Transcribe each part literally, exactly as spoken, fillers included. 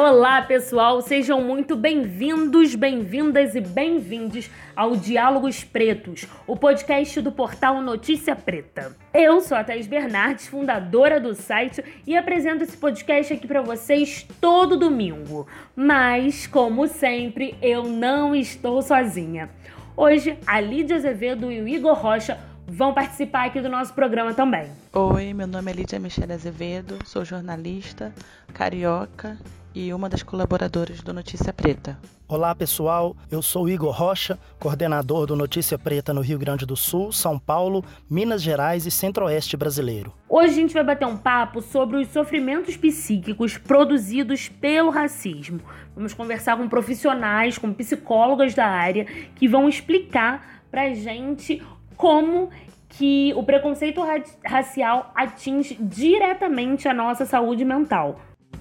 Olá, pessoal! Sejam muito bem-vindos, bem-vindas e bem-vindes ao Diálogos Pretos, o podcast do portal Notícia Preta. Eu sou a Thaís Bernardes, fundadora do site, e apresento esse podcast aqui para vocês todo domingo. Mas, como sempre, eu não estou sozinha. Hoje, a Lídia Azevedo e o Igor Rocha vão participar aqui do nosso programa também. Oi, meu nome é Lídia Michele Azevedo, sou jornalista, carioca e uma das colaboradoras do Notícia Preta. Olá, pessoal, eu sou Igor Rocha, coordenador do Notícia Preta no Rio Grande do Sul, São Paulo, Minas Gerais e Centro-Oeste brasileiro. Hoje a gente vai bater um papo sobre os sofrimentos psíquicos produzidos pelo racismo. Vamos conversar com profissionais, com psicólogas da área, que vão explicar pra gente como que o preconceito ra- racial atinge diretamente a nossa saúde mental.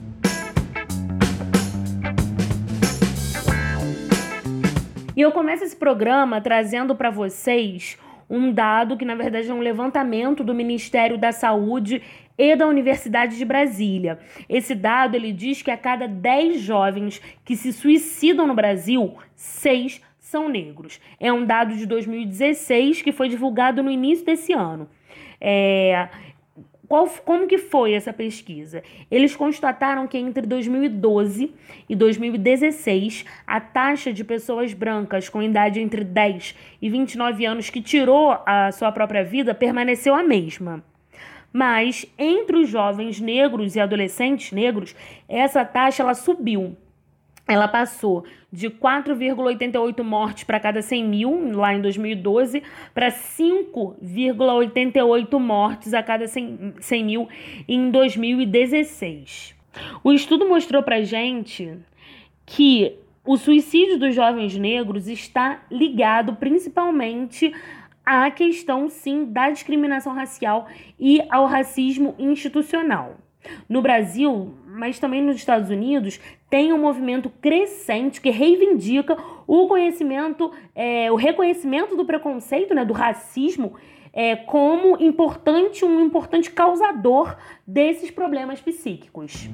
E eu começo esse programa trazendo para vocês um dado que, na verdade, é um levantamento do Ministério da Saúde e da Universidade de Brasília. Esse dado, ele diz que a cada dez jovens que se suicidam no Brasil, seis são negros. É um dado de dois mil e dezesseis que foi divulgado no início desse ano. É... Qual, como que foi essa pesquisa? Eles constataram que entre dois mil e doze e dois mil e dezesseis, a taxa de pessoas brancas com idade entre dez e vinte e nove anos que tirou a sua própria vida permaneceu a mesma. Mas entre os jovens negros e adolescentes negros, essa taxa ela subiu. Ela passou de quatro vírgula oitenta e oito mortes para cada cem mil, lá em dois mil e doze, para cinco vírgula oitenta e oito mortes a cada cem mil em dois mil e dezesseis. O estudo mostrou para gente que o suicídio dos jovens negros está ligado principalmente à questão, sim, da discriminação racial e ao racismo institucional. No Brasil, mas também nos Estados Unidos, tem um movimento crescente que reivindica o conhecimento, é, o reconhecimento do preconceito, né, do racismo, é, como importante, um importante causador desses problemas psíquicos.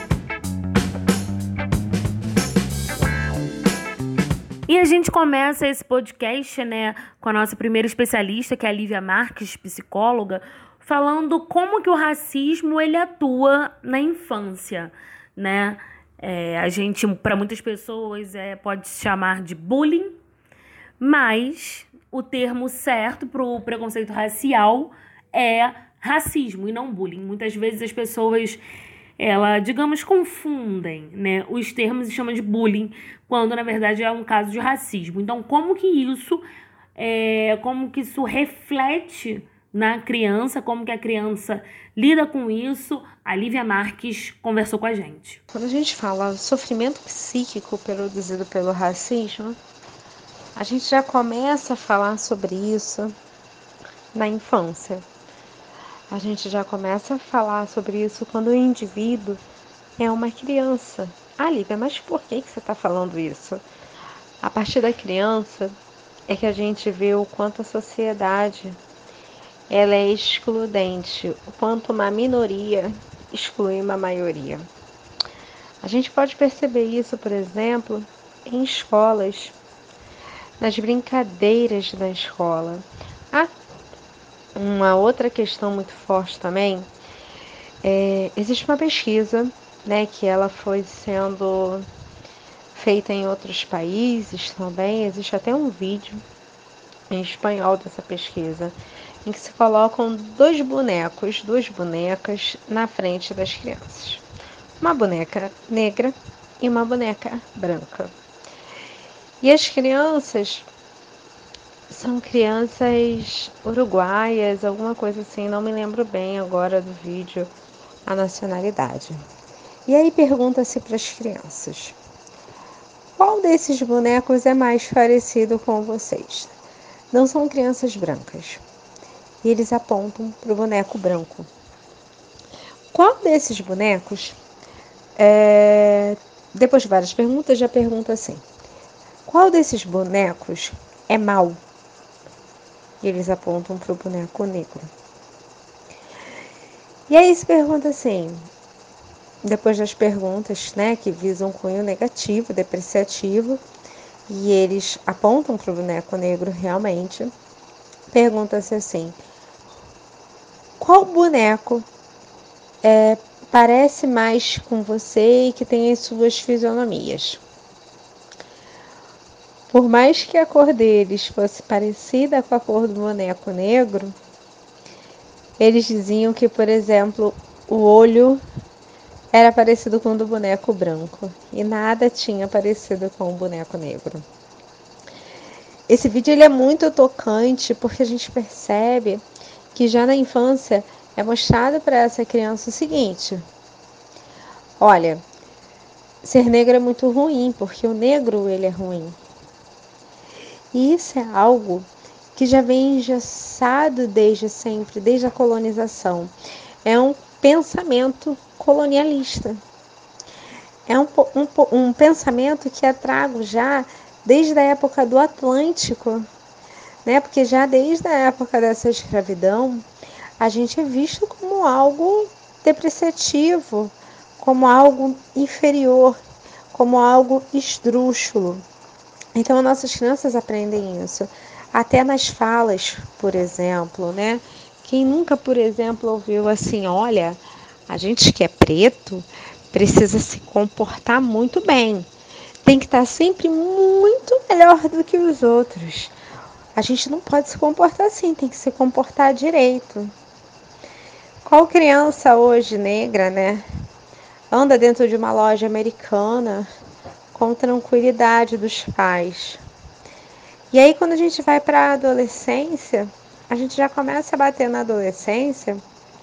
E a gente começa esse podcast, né, com a nossa primeira especialista, que é a Lívia Marques, psicóloga, falando como que o racismo ele atua na infância, né? É, a gente, para muitas pessoas, é, pode se chamar de bullying, mas o termo certo para o preconceito racial é racismo e não bullying. Muitas vezes as pessoas, ela, digamos, confundem, né, os termos e chamam de bullying, quando na verdade é um caso de racismo. Então, como que isso, é, como que isso reflete na criança, como que a criança lida com isso? A Lívia Marques conversou com a gente. Quando a gente fala sofrimento psíquico produzido pelo racismo, a gente já começa a falar sobre isso na infância. A gente já começa a falar sobre isso quando o indivíduo é uma criança. Ah, Lívia, mas por que que você está falando isso? A partir da criança é que a gente vê o quanto a sociedade ela é excludente, o quanto uma minoria exclui uma maioria. A gente pode perceber isso, por exemplo, em escolas, nas brincadeiras da escola. Há uma outra questão muito forte também, é, existe uma pesquisa, né, que ela foi sendo feita em outros países também, existe até um vídeo em espanhol dessa pesquisa, em que se colocam dois bonecos, duas bonecas na frente das crianças. Uma boneca negra e uma boneca branca. E as crianças são crianças uruguaias, alguma coisa assim, não me lembro bem agora do vídeo, a nacionalidade. E aí pergunta-se para as crianças: qual desses bonecos é mais parecido com vocês? Não são crianças brancas. E eles apontam para o boneco branco. Qual desses bonecos, é... depois de várias perguntas, já pergunta assim: qual desses bonecos é mau? E eles apontam para o boneco negro. E aí se pergunta assim: depois das perguntas, né, que visam cunho negativo, depreciativo, e eles apontam para o boneco negro realmente, pergunta-se assim: qual boneco é, parece mais com você e que tem as suas fisionomias? Por mais que a cor deles fosse parecida com a cor do boneco negro, eles diziam que, por exemplo, o olho era parecido com o do boneco branco e nada tinha parecido com o boneco negro. Esse vídeo ele é muito tocante porque a gente percebe que já na infância é mostrado para essa criança o seguinte: olha, ser negro é muito ruim porque o negro ele é ruim. E isso é algo que já vem engessado desde sempre, desde a colonização. É um pensamento colonialista. É um, um, um pensamento que é trago já desde a época do Atlântico, né? Porque já desde a época dessa escravidão, a gente é visto como algo depreciativo, como algo inferior, como algo esdrúxulo. Então, nossas crianças aprendem isso. Até nas falas, por exemplo, né? Quem nunca, por exemplo, ouviu assim: olha, a gente que é preto precisa se comportar muito bem. Tem que estar sempre muito melhor do que os outros. A gente não pode se comportar assim, tem que se comportar direito. Qual criança hoje negra, né, anda dentro de uma loja americana com tranquilidade dos pais? E aí, quando a gente vai para a adolescência, a gente já começa a bater na adolescência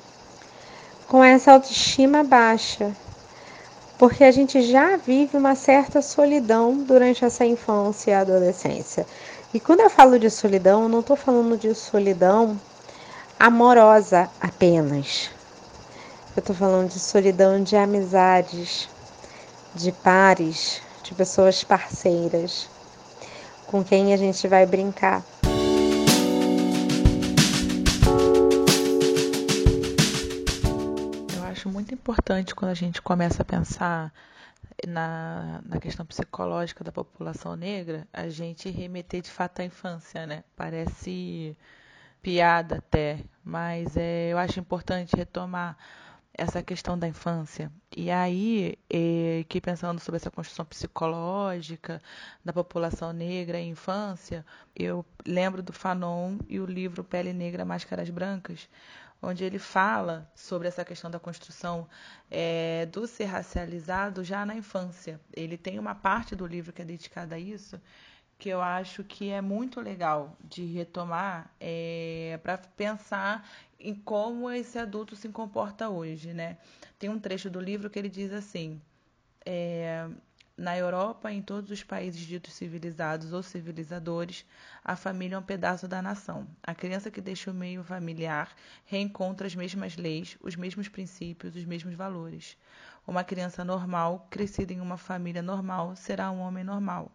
com essa autoestima baixa, porque a gente já vive uma certa solidão durante essa infância e adolescência. E quando eu falo de solidão, eu não estou falando de solidão amorosa apenas. Eu estou falando de solidão de amizades, de pares, de pessoas parceiras, com quem a gente vai brincar. Eu acho muito importante quando a gente começa a pensar na, na questão psicológica da população negra, a gente remeter de fato à infância, né? Parece piada até, mas é, eu acho importante retomar essa questão da infância. E aí, é, que pensando sobre essa construção psicológica da população negra e infância, eu lembro do Fanon e o livro Pele Negra, Máscaras Brancas, onde ele fala sobre essa questão da construção é, do ser racializado já na infância. Ele tem uma parte do livro que é dedicada a isso, que eu acho que é muito legal de retomar é, para pensar em como esse adulto se comporta hoje, né? Tem um trecho do livro que ele diz assim: é, na Europa, em todos os países ditos civilizados ou civilizadores, a família é um pedaço da nação. A criança que deixa o meio familiar reencontra as mesmas leis, os mesmos princípios, os mesmos valores. Uma criança normal, crescida em uma família normal, será um homem normal.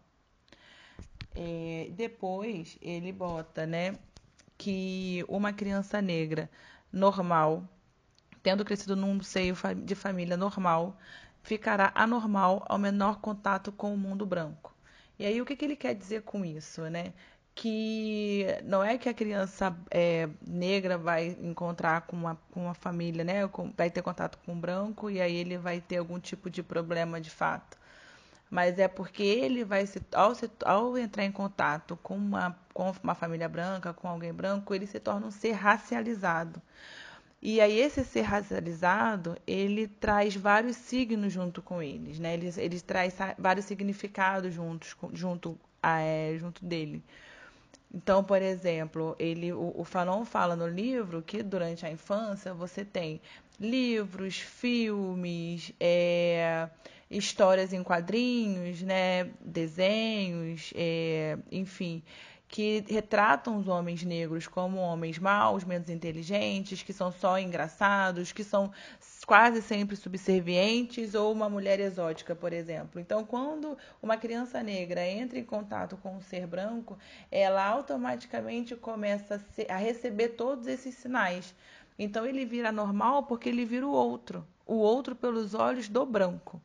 É, depois ele bota, né, que uma criança negra normal, tendo crescido num seio de família normal, ficará anormal ao menor contato com o mundo branco. E aí o que, que ele quer dizer com isso, né? Que não é que a criança é, negra vai encontrar com uma, com uma família, né? Com, vai ter contato com o branco e aí ele vai ter algum tipo de problema de fato. Mas é porque ele vai, se, ao, se, ao entrar em contato com uma, com uma família branca, com alguém branco, ele se torna um ser racializado. E aí esse ser racializado, ele traz vários signos junto com eles, né? Ele, ele traz vários significados juntos, junto, a, é, junto dele. Então, por exemplo, ele, o, o Fanon fala no livro que durante a infância você tem livros, filmes, é, histórias em quadrinhos, né, desenhos, é, enfim, que retratam os homens negros como homens maus, menos inteligentes, que são só engraçados, que são quase sempre subservientes, ou uma mulher exótica, por exemplo. Então, quando uma criança negra entra em contato com um ser branco, ela automaticamente começa a, ser, a receber todos esses sinais. Então, ele vira normal porque ele vira o outro. o outro pelos olhos do branco.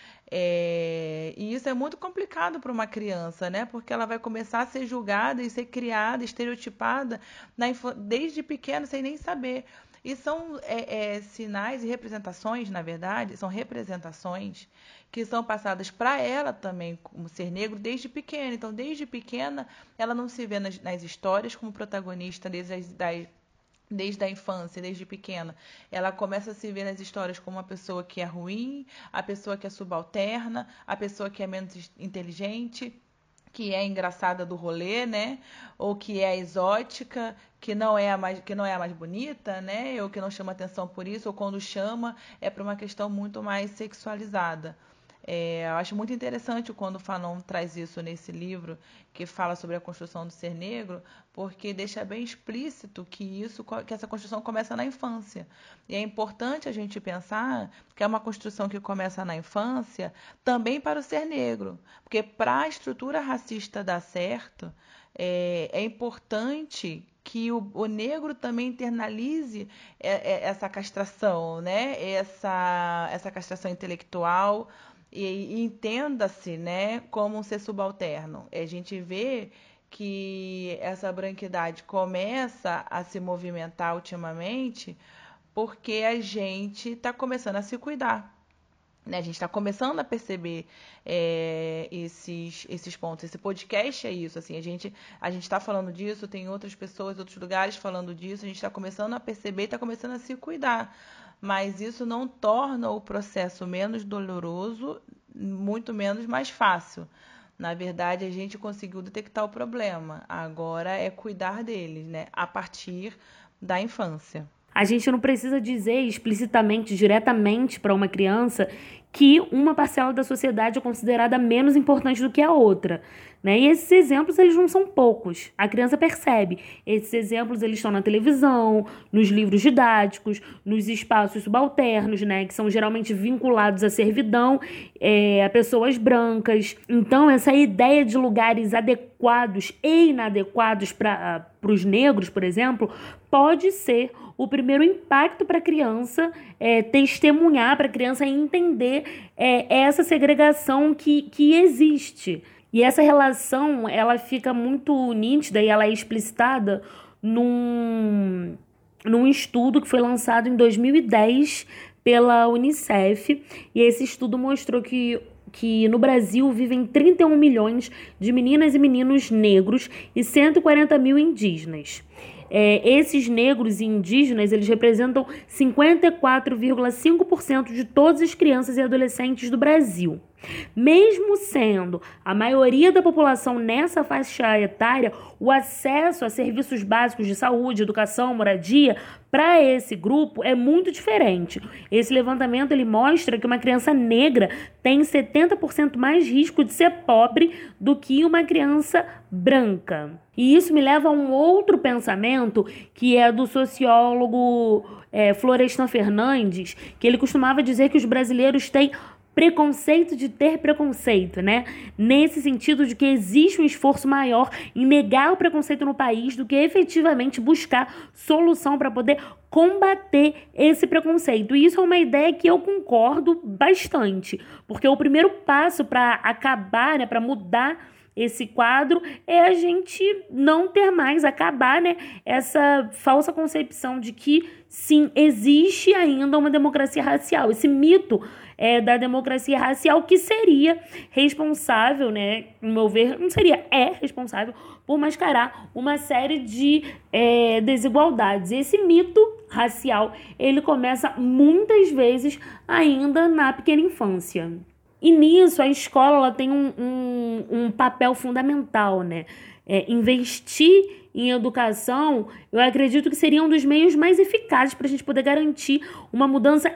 É, e isso é muito complicado para uma criança, né? Porque ela vai começar a ser julgada e ser criada, estereotipada na, desde pequena, sem nem saber. E são é, é, sinais e representações, na verdade, são representações que são passadas para ela também, como ser negro, desde pequena. Então, desde pequena, ela não se vê nas, nas histórias como protagonista desde as das desde a infância, desde pequena, ela começa a se ver nas histórias como uma pessoa que é ruim, a pessoa que é subalterna, a pessoa que é menos inteligente, que é engraçada do rolê, né? Ou que é exótica, que não é a mais, que não é a mais bonita, né? Ou que não chama atenção por isso, ou quando chama é por uma questão muito mais sexualizada. É, eu acho muito interessante quando o Fanon traz isso nesse livro, que fala sobre a construção do ser negro, porque deixa bem explícito que, isso, que essa construção começa na infância. E é importante a gente pensar que é uma construção que começa na infância também para o ser negro, porque para a estrutura racista dar certo, é, é importante que o, o negro também internalize essa castração, né? essa, essa castração intelectual, e entenda-se, né, como um ser subalterno. A gente vê que essa branquidade começa a se movimentar ultimamente porque a gente está começando a se cuidar. Né? A gente está começando a perceber é, esses, esses pontos. Esse podcast é isso. Assim, a gente a gente está falando disso, tem outras pessoas, outros lugares falando disso. A gente está começando a perceber e está começando a se cuidar. Mas isso não torna o processo menos doloroso, muito menos mais fácil. Na verdade, a gente conseguiu detectar o problema. Agora é cuidar deles, né? A partir da infância. A gente não precisa dizer explicitamente, diretamente para uma criança que uma parcela da sociedade é considerada menos importante do que a outra, né? E esses exemplos, eles não são poucos. A criança percebe. Esses exemplos, eles estão na televisão, nos livros didáticos, nos espaços subalternos, né? Que são geralmente vinculados à servidão, é, a pessoas brancas. Então, essa ideia de lugares adequados e inadequados para os negros, por exemplo, pode ser o primeiro impacto para a criança é, testemunhar, para a criança entender é, essa segregação que, que existe. E essa relação, ela fica muito nítida e ela é explicitada num, num estudo que foi lançado em dois mil e dez pela Unicef. E esse estudo mostrou que que no Brasil vivem trinta e um milhões de meninas e meninos negros e cento e quarenta mil indígenas. É, esses negros e indígenas, eles representam cinquenta e quatro vírgula cinco por cento de todas as crianças e adolescentes do Brasil. Mesmo sendo a maioria da população nessa faixa etária, o acesso a serviços básicos de saúde, educação, moradia, para esse grupo é muito diferente. Esse levantamento ele mostra que uma criança negra tem setenta por cento mais risco de ser pobre do que uma criança branca. E isso me leva a um outro pensamento, que é do sociólogo é, Florestan Fernandes, que ele costumava dizer que os brasileiros têm preconceito de ter preconceito, né? Nesse sentido de que existe um esforço maior em negar o preconceito no país do que efetivamente buscar solução para poder combater esse preconceito. E isso é uma ideia que eu concordo bastante, porque o primeiro passo para acabar, né, para mudar esse quadro é a gente não ter mais, acabar, né, essa falsa concepção de que, sim, existe ainda uma democracia racial. Esse mito é, da democracia racial que seria responsável, né, no meu ver, não seria, é responsável por mascarar uma série de é, desigualdades. Esse mito racial, ele começa muitas vezes ainda na pequena infância. E nisso a escola ela tem um, um, um papel fundamental, né? É, investir em educação, eu acredito que seria um dos meios mais eficazes para a gente poder garantir uma mudança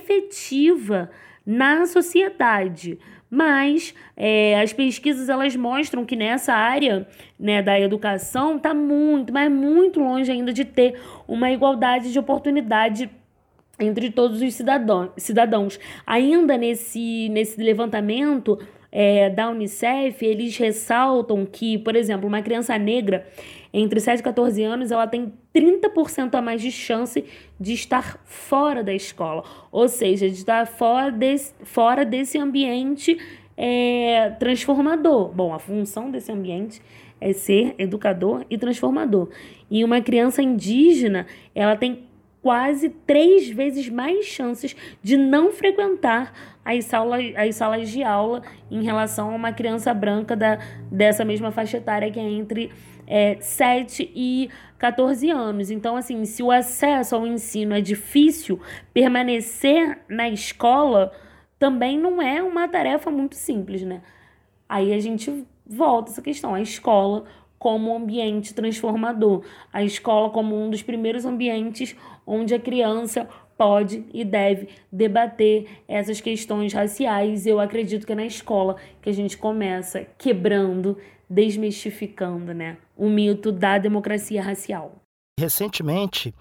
efetiva na sociedade. Mas é, as pesquisas elas mostram que nessa área, né, da educação está muito, mas muito longe ainda de ter uma igualdade de oportunidade entre todos os cidadãos. cidadãos. Ainda nesse, nesse levantamento, é, da Unicef, eles ressaltam que, por exemplo, uma criança negra entre sete e quatorze anos, ela tem trinta por cento a mais de chance de estar fora da escola, ou seja, de estar fora desse, fora desse ambiente é, transformador. Bom, a função desse ambiente é ser educador e transformador. E uma criança indígena, ela tem quase três vezes mais chances de não frequentar as salas, as salas de aula em relação a uma criança branca da, dessa mesma faixa etária, que é entre é, sete e quatorze anos. Então, assim, se o acesso ao ensino é difícil, permanecer na escola também não é uma tarefa muito simples, né? Aí a gente volta a essa questão, a escola como ambiente transformador, a escola como um dos primeiros ambientes onde a criança pode e deve debater essas questões raciais. Eu acredito que é na escola que a gente começa quebrando, desmistificando, né, o mito da democracia racial. Recentemente,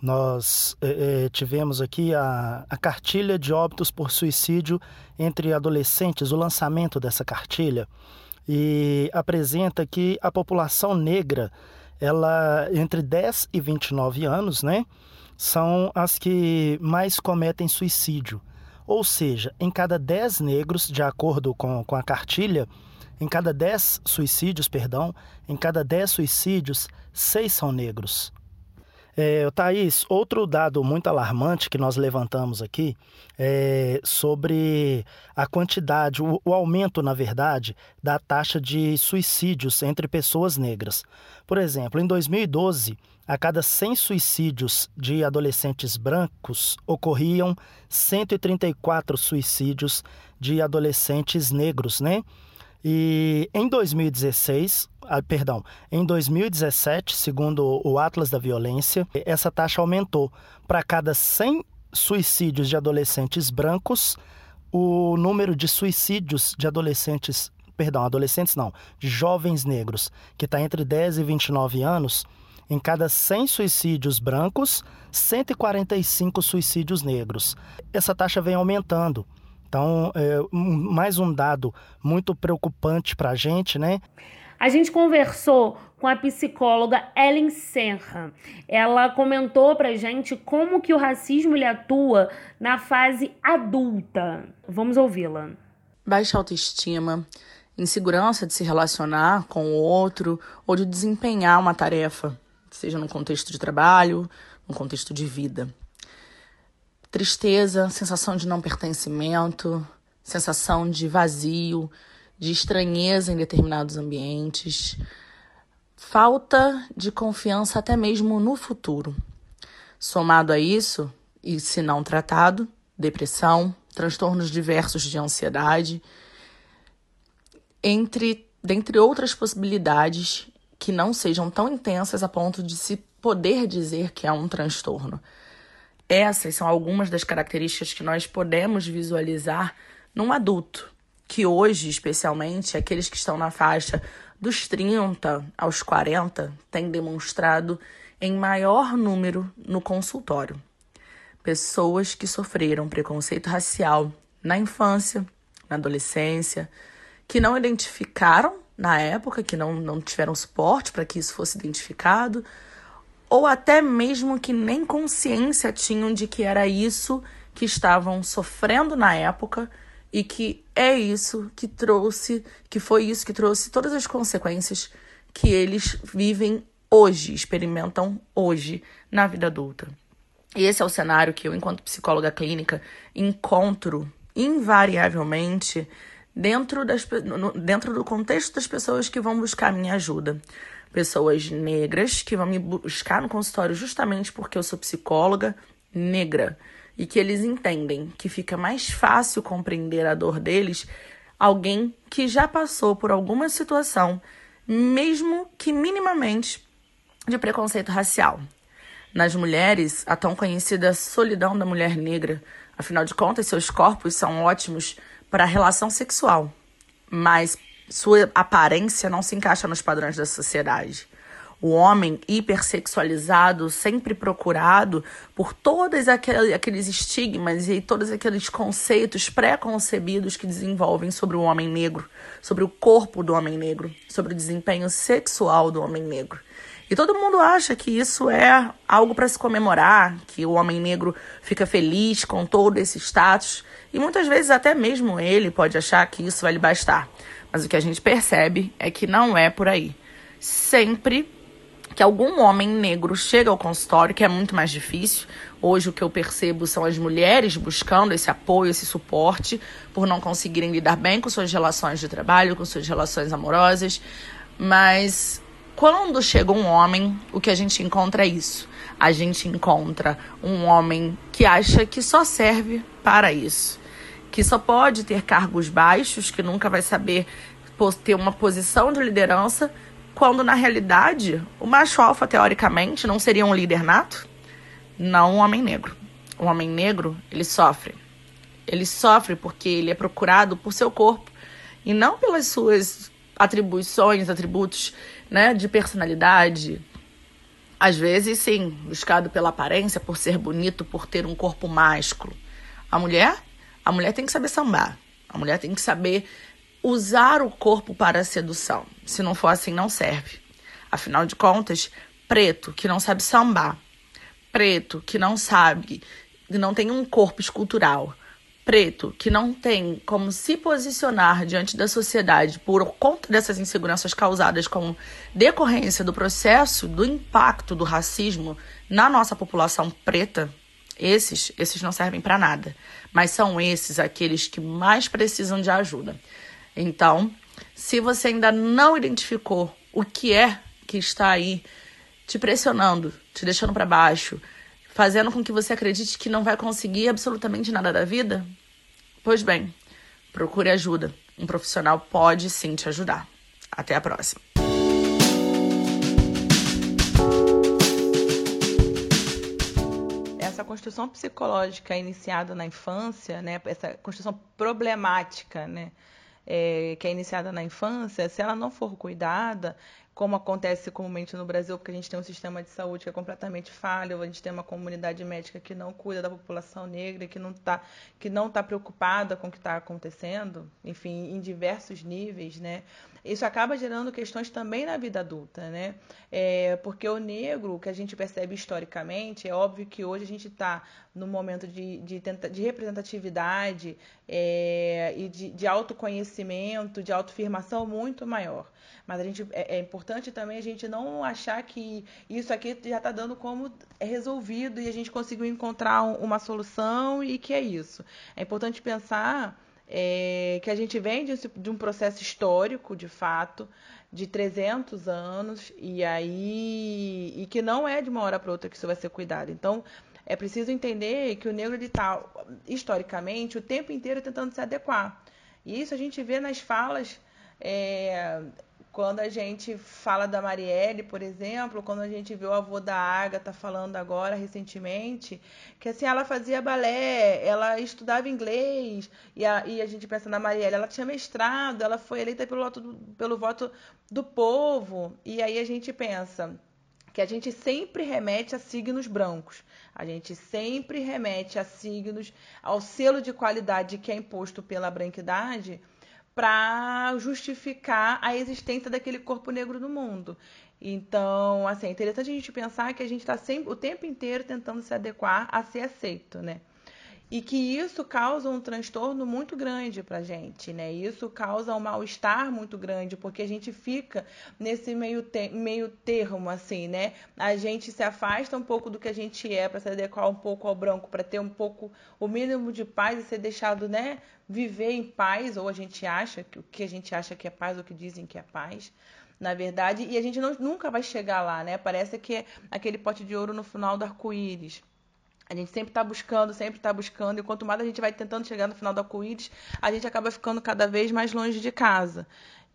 nós eh, tivemos aqui a, a cartilha de óbitos por suicídio entre adolescentes, o lançamento dessa cartilha, e apresenta que a população negra, ela entre dez e vinte e nove anos, né, são as que mais cometem suicídio. Ou seja, em cada dez negros, de acordo com, com a cartilha, em cada dez suicídios, perdão, em cada dez suicídios, seis são negros. É, Thaís, outro dado muito alarmante que nós levantamos aqui é sobre a quantidade, o, o aumento, na verdade, da taxa de suicídios entre pessoas negras. Por exemplo, em dois mil e doze, a cada cem suicídios de adolescentes brancos, ocorriam cento e trinta e quatro suicídios de adolescentes negros, né? E em dois mil e dezesseis, ah, perdão, em dois mil e dezessete, segundo o Atlas da Violência, essa taxa aumentou. Para cada cem suicídios de adolescentes brancos, o número de suicídios de adolescentes, perdão, adolescentes não, de jovens negros, que está entre dez e vinte e nove anos, em cada cem suicídios brancos, cento e quarenta e cinco suicídios negros. Essa taxa vem aumentando. Então, é mais um dado muito preocupante para a gente, né? A gente conversou com a psicóloga Ellen Serra. Ela comentou pra gente como que o racismo ele atua na fase adulta. Vamos ouvi-la. Baixa autoestima, insegurança de se relacionar com o outro ou de desempenhar uma tarefa, seja no contexto de trabalho, no contexto de vida. Tristeza, sensação de não pertencimento, sensação de vazio, de estranheza em determinados ambientes, falta de confiança até mesmo no futuro. Somado a isso, e se não tratado, depressão, transtornos diversos de ansiedade, entre, dentre outras possibilidades que não sejam tão intensas a ponto de se poder dizer que é um transtorno. Essas são algumas das características que nós podemos visualizar num adulto, que hoje, especialmente, aqueles que estão na faixa dos trinta aos quarenta, têm demonstrado em maior número no consultório. Pessoas que sofreram preconceito racial na infância, na adolescência, que não identificaram na época, que não, não tiveram suporte para que isso fosse identificado, ou até mesmo que nem consciência tinham de que era isso que estavam sofrendo na época e que é isso que trouxe, que foi isso que trouxe todas as consequências que eles vivem hoje, experimentam hoje na vida adulta. E esse é o cenário que eu, enquanto psicóloga clínica, encontro invariavelmente dentro, das, dentro do contexto das pessoas que vão buscar minha ajuda. Pessoas negras que vão me buscar no consultório justamente porque eu sou psicóloga negra e que eles entendem que fica mais fácil compreender a dor deles alguém que já passou por alguma situação, mesmo que minimamente, de preconceito racial. Nas mulheres, a tão conhecida solidão da mulher negra, afinal de contas, seus corpos são ótimos para a relação sexual, mas sua aparência não se encaixa nos padrões da sociedade. O homem hipersexualizado, sempre procurado por todos aqueles estigmas e todos aqueles conceitos pré-concebidos que desenvolvem sobre o homem negro, sobre o corpo do homem negro, sobre o desempenho sexual do homem negro. E todo mundo acha que isso é algo para se comemorar, que o homem negro fica feliz com todo esse status. E muitas vezes até mesmo ele pode achar que isso vai lhe bastar. Mas o que a gente percebe é que não é por aí. Sempre que algum homem negro chega ao consultório, que é muito mais difícil, hoje o que eu percebo são as mulheres buscando esse apoio, esse suporte, por não conseguirem lidar bem com suas relações de trabalho, com suas relações amorosas. Mas quando chega um homem, o que a gente encontra é isso. A gente encontra um homem que acha que só serve para isso, que só pode ter cargos baixos, que nunca vai saber ter uma posição de liderança, quando, na realidade, o macho alfa, teoricamente, não seria um líder nato? Não um homem negro. O homem negro, ele sofre. Ele sofre porque ele é procurado por seu corpo e não pelas suas atribuições, atributos, né, de personalidade. Às vezes, sim, buscado pela aparência, por ser bonito, por ter um corpo másculo. A mulher, a mulher tem que saber sambar. A mulher tem que saber usar o corpo para a sedução. Se não for assim, não serve. Afinal de contas, preto que não sabe sambar, preto que não sabe, que não tem um corpo escultural, preto que não tem como se posicionar diante da sociedade por conta dessas inseguranças causadas com decorrência do processo, do impacto do racismo na nossa população preta, esses, esses não servem para nada. Mas são esses aqueles que mais precisam de ajuda. Então, se você ainda não identificou o que é que está aí te pressionando, te deixando para baixo, fazendo com que você acredite que não vai conseguir absolutamente nada da vida, pois bem, procure ajuda. Um profissional pode sim te ajudar. Até a próxima. Essa construção psicológica iniciada na infância, né, essa construção problemática, né, É, que é iniciada na infância, se ela não for cuidada, como acontece comumente no Brasil, porque a gente tem um sistema de saúde que é completamente falho, a gente tem uma comunidade médica que não cuida da população negra, que não está que não tá preocupada com o que está acontecendo, enfim, em diversos níveis, né? Isso acaba gerando questões também na vida adulta, né? É, porque o negro, o que a gente percebe historicamente, é óbvio que hoje a gente está num momento de, de, tenta, de representatividade é, e de, de autoconhecimento, de autoafirmação muito maior. Mas a gente, é, é importante também a gente não achar que isso aqui já está dando como é resolvido e a gente conseguiu encontrar um, uma solução e que é isso. É importante pensar é, que a gente vem de, de um processo histórico, de fato, de trezentos anos, e aí e que não é de uma hora para outra que isso vai ser cuidado. Então, é preciso entender que o negro está, historicamente, o tempo inteiro tentando se adequar. E isso a gente vê nas falas, é, quando a gente fala da Marielle, por exemplo, quando a gente vê o avô da Agatha falando agora, recentemente, que assim, ela fazia balé, ela estudava inglês, e a, e a gente pensa na Marielle, ela tinha mestrado, ela foi eleita pelo voto do, pelo voto do povo, e aí a gente pensa que a gente sempre remete a signos brancos. A gente sempre remete a signos, ao selo de qualidade que é imposto pela branquidade para justificar a existência daquele corpo negro no mundo. Então, assim, é interessante a gente pensar que a gente está sempre o tempo inteiro tentando se adequar a ser aceito, né? E que isso causa um transtorno muito grande para a gente, né? Isso causa um mal-estar muito grande, porque a gente fica nesse meio, te- meio termo, assim, né? A gente se afasta um pouco do que a gente é para se adequar um pouco ao branco, para ter um pouco, o mínimo de paz e ser deixado, né? Viver em paz, ou a gente acha, que o que a gente acha que é paz, ou que dizem que é paz, na verdade, e a gente não, nunca vai chegar lá, né? Parece que é aquele pote de ouro no final do arco-íris. A gente sempre está buscando, sempre está buscando, e quanto mais a gente vai tentando chegar no final do arco-íris, a gente acaba ficando cada vez mais longe de casa.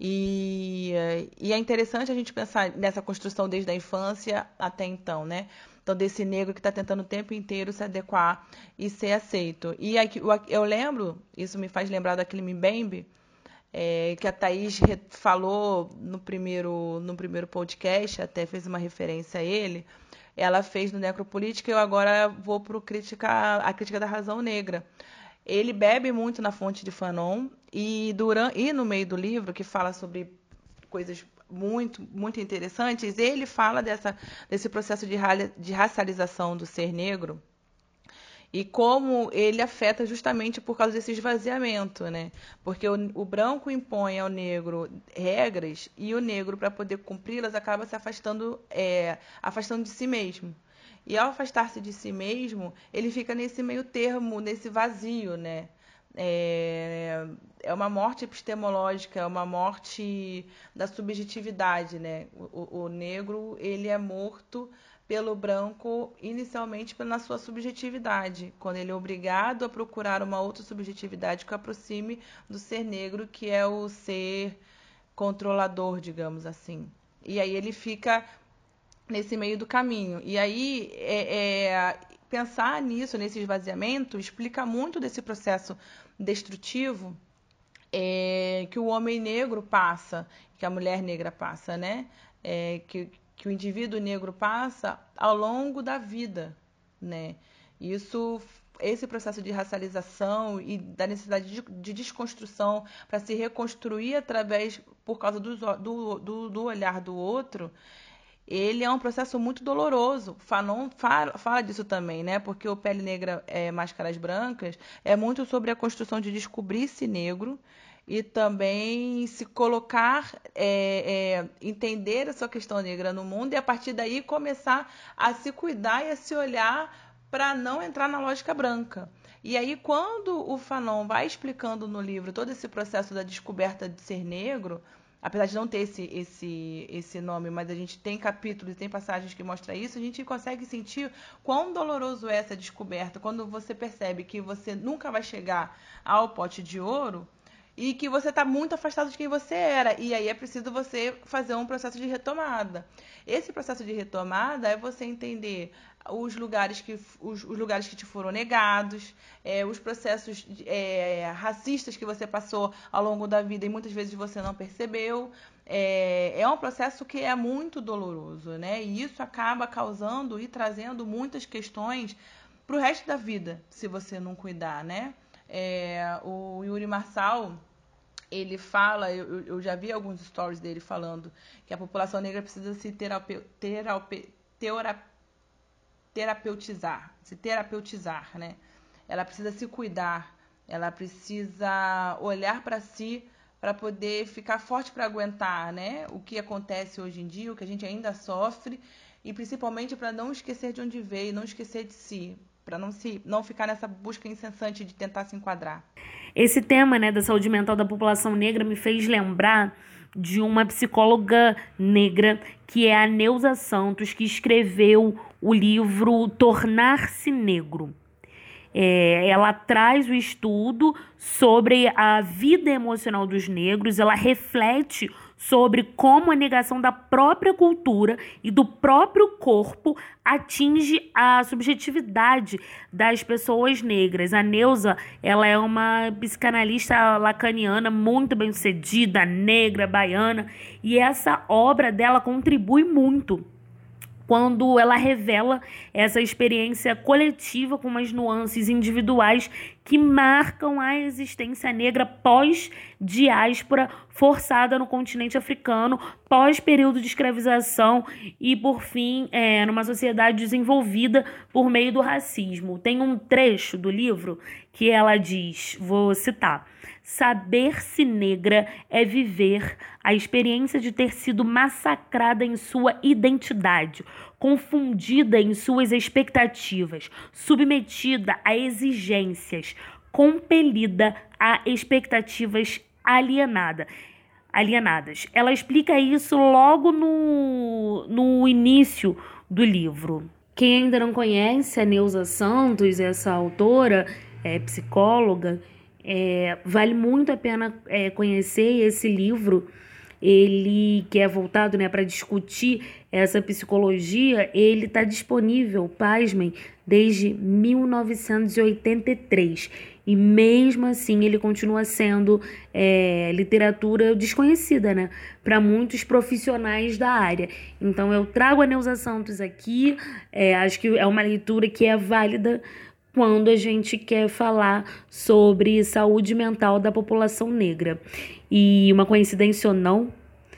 E, e é interessante a gente pensar nessa construção desde a infância até então, né? Então, desse negro que está tentando o tempo inteiro se adequar e ser aceito. E aqui, eu lembro, isso me faz lembrar daquele Mbembe, é, que a Thaís falou no primeiro, no primeiro podcast, até fez uma referência a ele, ela fez no Necropolítica, e eu agora vou para a crítica da razão negra. Ele bebe muito na fonte de Fanon, e, durante, e no meio do livro, que fala sobre coisas muito, muito interessantes, ele fala dessa, desse processo de, de racialização do ser negro, e como ele afeta justamente por causa desse esvaziamento, né? Porque o, o branco impõe ao negro regras, e o negro, para poder cumpri-las, acaba se afastando, é, afastando de si mesmo. E ao afastar-se de si mesmo, ele fica nesse meio termo, nesse vazio, né? É, é uma morte epistemológica, é uma morte da subjetividade, né? O, o negro, ele é morto pelo branco, inicialmente na sua subjetividade, quando ele é obrigado a procurar uma outra subjetividade que o aproxime do ser negro, que é o ser controlador, digamos assim. E aí ele fica nesse meio do caminho. E aí é, é, pensar nisso, nesse esvaziamento, explica muito desse processo destrutivo é, que o homem negro passa, que a mulher negra passa, né? É, que que o indivíduo negro passa ao longo da vida, né? Isso, esse processo de racialização e da necessidade de, de desconstrução para se reconstruir através, por causa do, do, do, do olhar do outro, ele é um processo muito doloroso. Fanon fala, fala disso também, né? Porque o Pele Negra, é, Máscaras Brancas é muito sobre a construção de descobrir-se negro, e também se colocar, é, é, entender a sua questão negra no mundo, e a partir daí começar a se cuidar e a se olhar para não entrar na lógica branca. E aí, quando o Fanon vai explicando no livro todo esse processo da descoberta de ser negro, apesar de não ter esse, esse, esse nome, mas a gente tem capítulos, tem passagens que mostram isso, a gente consegue sentir quão doloroso é essa descoberta, quando você percebe que você nunca vai chegar ao pote de ouro, e que você está muito afastado de quem você era. E aí é preciso você fazer um processo de retomada. Esse processo de retomada é você entender os lugares que, os, os lugares que te foram negados, é, os processos é, racistas que você passou ao longo da vida e muitas vezes você não percebeu. É, é um processo que é muito doloroso, né? E isso acaba causando e trazendo muitas questões para o resto da vida, se você não cuidar, né? É, o Yuri Marçal, ele fala, eu, eu já vi alguns stories dele falando que a população negra precisa se teraupe, teraupe, teora, terapeutizar, se terapeutizar, né? Ela precisa se cuidar, ela precisa olhar para si para poder ficar forte para aguentar, né? O que acontece hoje em dia, o que a gente ainda sofre, e principalmente para não esquecer de onde veio, não esquecer de si, para não se não ficar nessa busca incessante de tentar se enquadrar. Esse tema, né, da saúde mental da população negra me fez lembrar de uma psicóloga negra, que é a Neuza Santos, que escreveu o livro Tornar-se Negro. É, ela traz o estudo sobre a vida emocional dos negros, ela reflete sobre como a negação da própria cultura e do próprio corpo atinge a subjetividade das pessoas negras. A Neuza, ela é uma psicanalista lacaniana muito bem-sucedida, negra, baiana, e essa obra dela contribui muito quando ela revela essa experiência coletiva com umas nuances individuais que marcam a existência negra pós-diáspora forçada no continente africano, pós-período de escravização e, por fim, é, numa sociedade desenvolvida por meio do racismo. Tem um trecho do livro que ela diz, vou citar: saber-se negra é viver a experiência de ter sido massacrada em sua identidade, confundida em suas expectativas, submetida a exigências, compelida a expectativas alienada, alienadas. Ela explica isso logo no, no início do livro. Quem ainda não conhece a Neuza Santos, essa autora, é psicóloga, É, vale muito a pena é, conhecer esse livro. Ele, que é voltado, né, para discutir essa psicologia, ele está disponível, pasmem, desde mil novecentos e oitenta e três. E mesmo assim ele continua sendo é, literatura desconhecida, né, para muitos profissionais da área. Então eu trago a Neuza Santos aqui, é, acho que é uma leitura que é válida quando a gente quer falar sobre saúde mental da população negra. E uma coincidência ou não,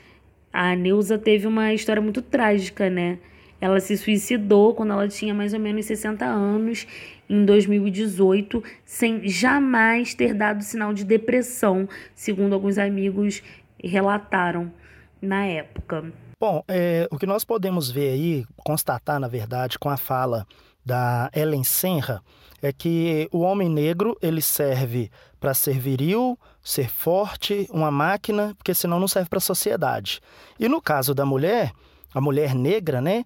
a Neuza teve uma história muito trágica, né? Ela se suicidou quando ela tinha mais ou menos sessenta anos, em dois mil e dezoito, sem jamais ter dado sinal de depressão, segundo alguns amigos relataram na época. Bom, é, o que nós podemos ver aí, constatar, na verdade, com a fala da Ellen Senra, é que o homem negro ele serve para ser viril, ser forte, uma máquina, porque senão não serve para a sociedade. E no caso da mulher, a mulher negra, né,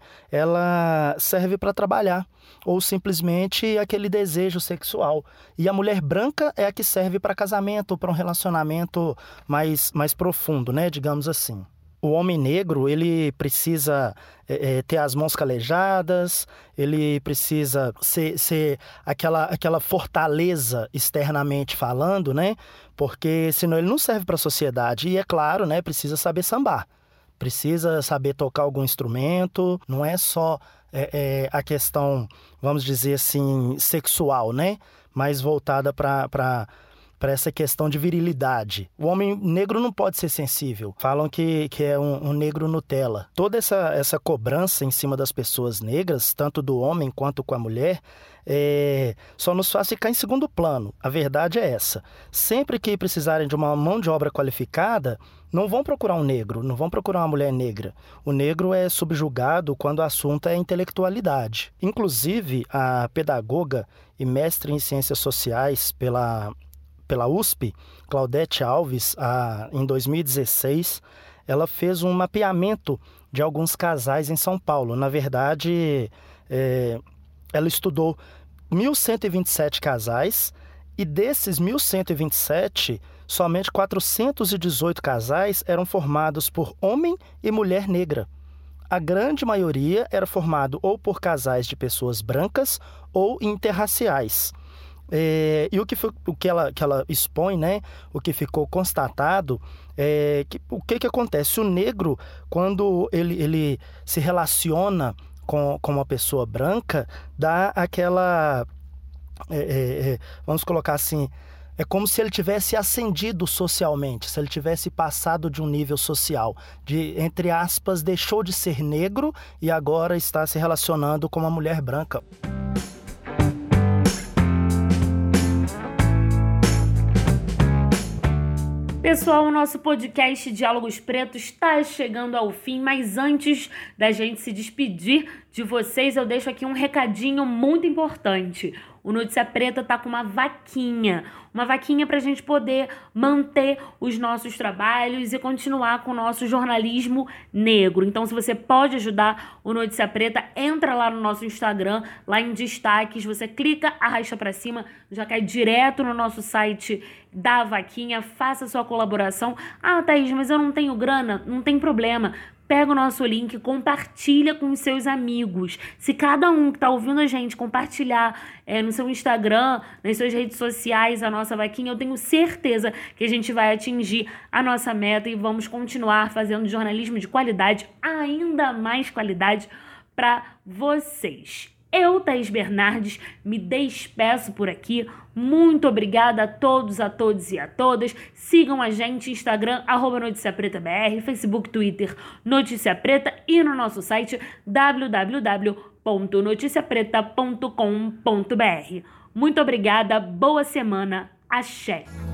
ela serve para trabalhar, ou simplesmente aquele desejo sexual. E a mulher branca é a que serve para casamento, para um relacionamento mais, mais profundo, né, digamos assim. O homem negro, ele precisa é, ter as mãos calejadas, ele precisa ser, ser aquela, aquela fortaleza externamente falando, né? Porque senão ele não serve para a sociedade. E é claro, né, precisa saber sambar, precisa saber tocar algum instrumento, não é só é, é, a questão, vamos dizer assim, sexual, né? Mais voltada para... para essa questão de virilidade. O homem negro não pode ser sensível. Falam que, que é um, um negro Nutella. Toda essa, essa cobrança em cima das pessoas negras, tanto do homem quanto com a mulher, é, só nos faz ficar em segundo plano. A verdade é essa. Sempre que precisarem de uma mão de obra qualificada, não vão procurar um negro, não vão procurar uma mulher negra. O negro é subjugado quando o assunto é intelectualidade. Inclusive, a pedagoga e mestre em ciências sociais pela pela U S P, Claudete Alves, a, em dois mil e dezesseis, ela fez um mapeamento de alguns casais em São Paulo. Na verdade, é, ela estudou mil cento e vinte e sete casais e desses mil cento e vinte e sete, somente quatrocentos e dezoito casais eram formados por homem e mulher negra. A grande maioria era formado ou por casais de pessoas brancas ou interraciais. É, e o, que, foi, o que, ela, que ela expõe, né, o que ficou constatado, é que o que, que acontece? O negro, quando ele, ele se relaciona com, com uma pessoa branca, dá aquela, é, é, vamos colocar assim, é como se ele tivesse ascendido socialmente, se ele tivesse passado de um nível social, de, entre aspas, deixou de ser negro e agora está se relacionando com uma mulher branca. Pessoal, o nosso podcast Diálogos Pretos está chegando ao fim, mas antes da gente se despedir de vocês, eu deixo aqui um recadinho muito importante. O Notícia Preta tá com uma vaquinha, uma vaquinha para a gente poder manter os nossos trabalhos e continuar com o nosso jornalismo negro. Então, se você pode ajudar o Notícia Preta, entra lá no nosso Instagram, lá em destaques, você clica, arrasta para cima, já cai direto no nosso site da vaquinha, faça sua colaboração. Ah, Thaís, mas eu não tenho grana, não tem problema. Pega o nosso link, compartilha com os seus amigos. Se cada um que está ouvindo a gente compartilhar é, no seu Instagram, nas suas redes sociais, a nossa vaquinha, eu tenho certeza que a gente vai atingir a nossa meta e vamos continuar fazendo jornalismo de qualidade, ainda mais qualidade para vocês. Eu, Thaís Bernardes, me despeço por aqui. Muito obrigada a todos, a todos e a todas. Sigam a gente, Instagram, arroba Notícia Preta B R, Facebook, Twitter, Notícia Preta e no nosso site w w w ponto noticia preta ponto com ponto b r. Muito obrigada, boa semana, axé!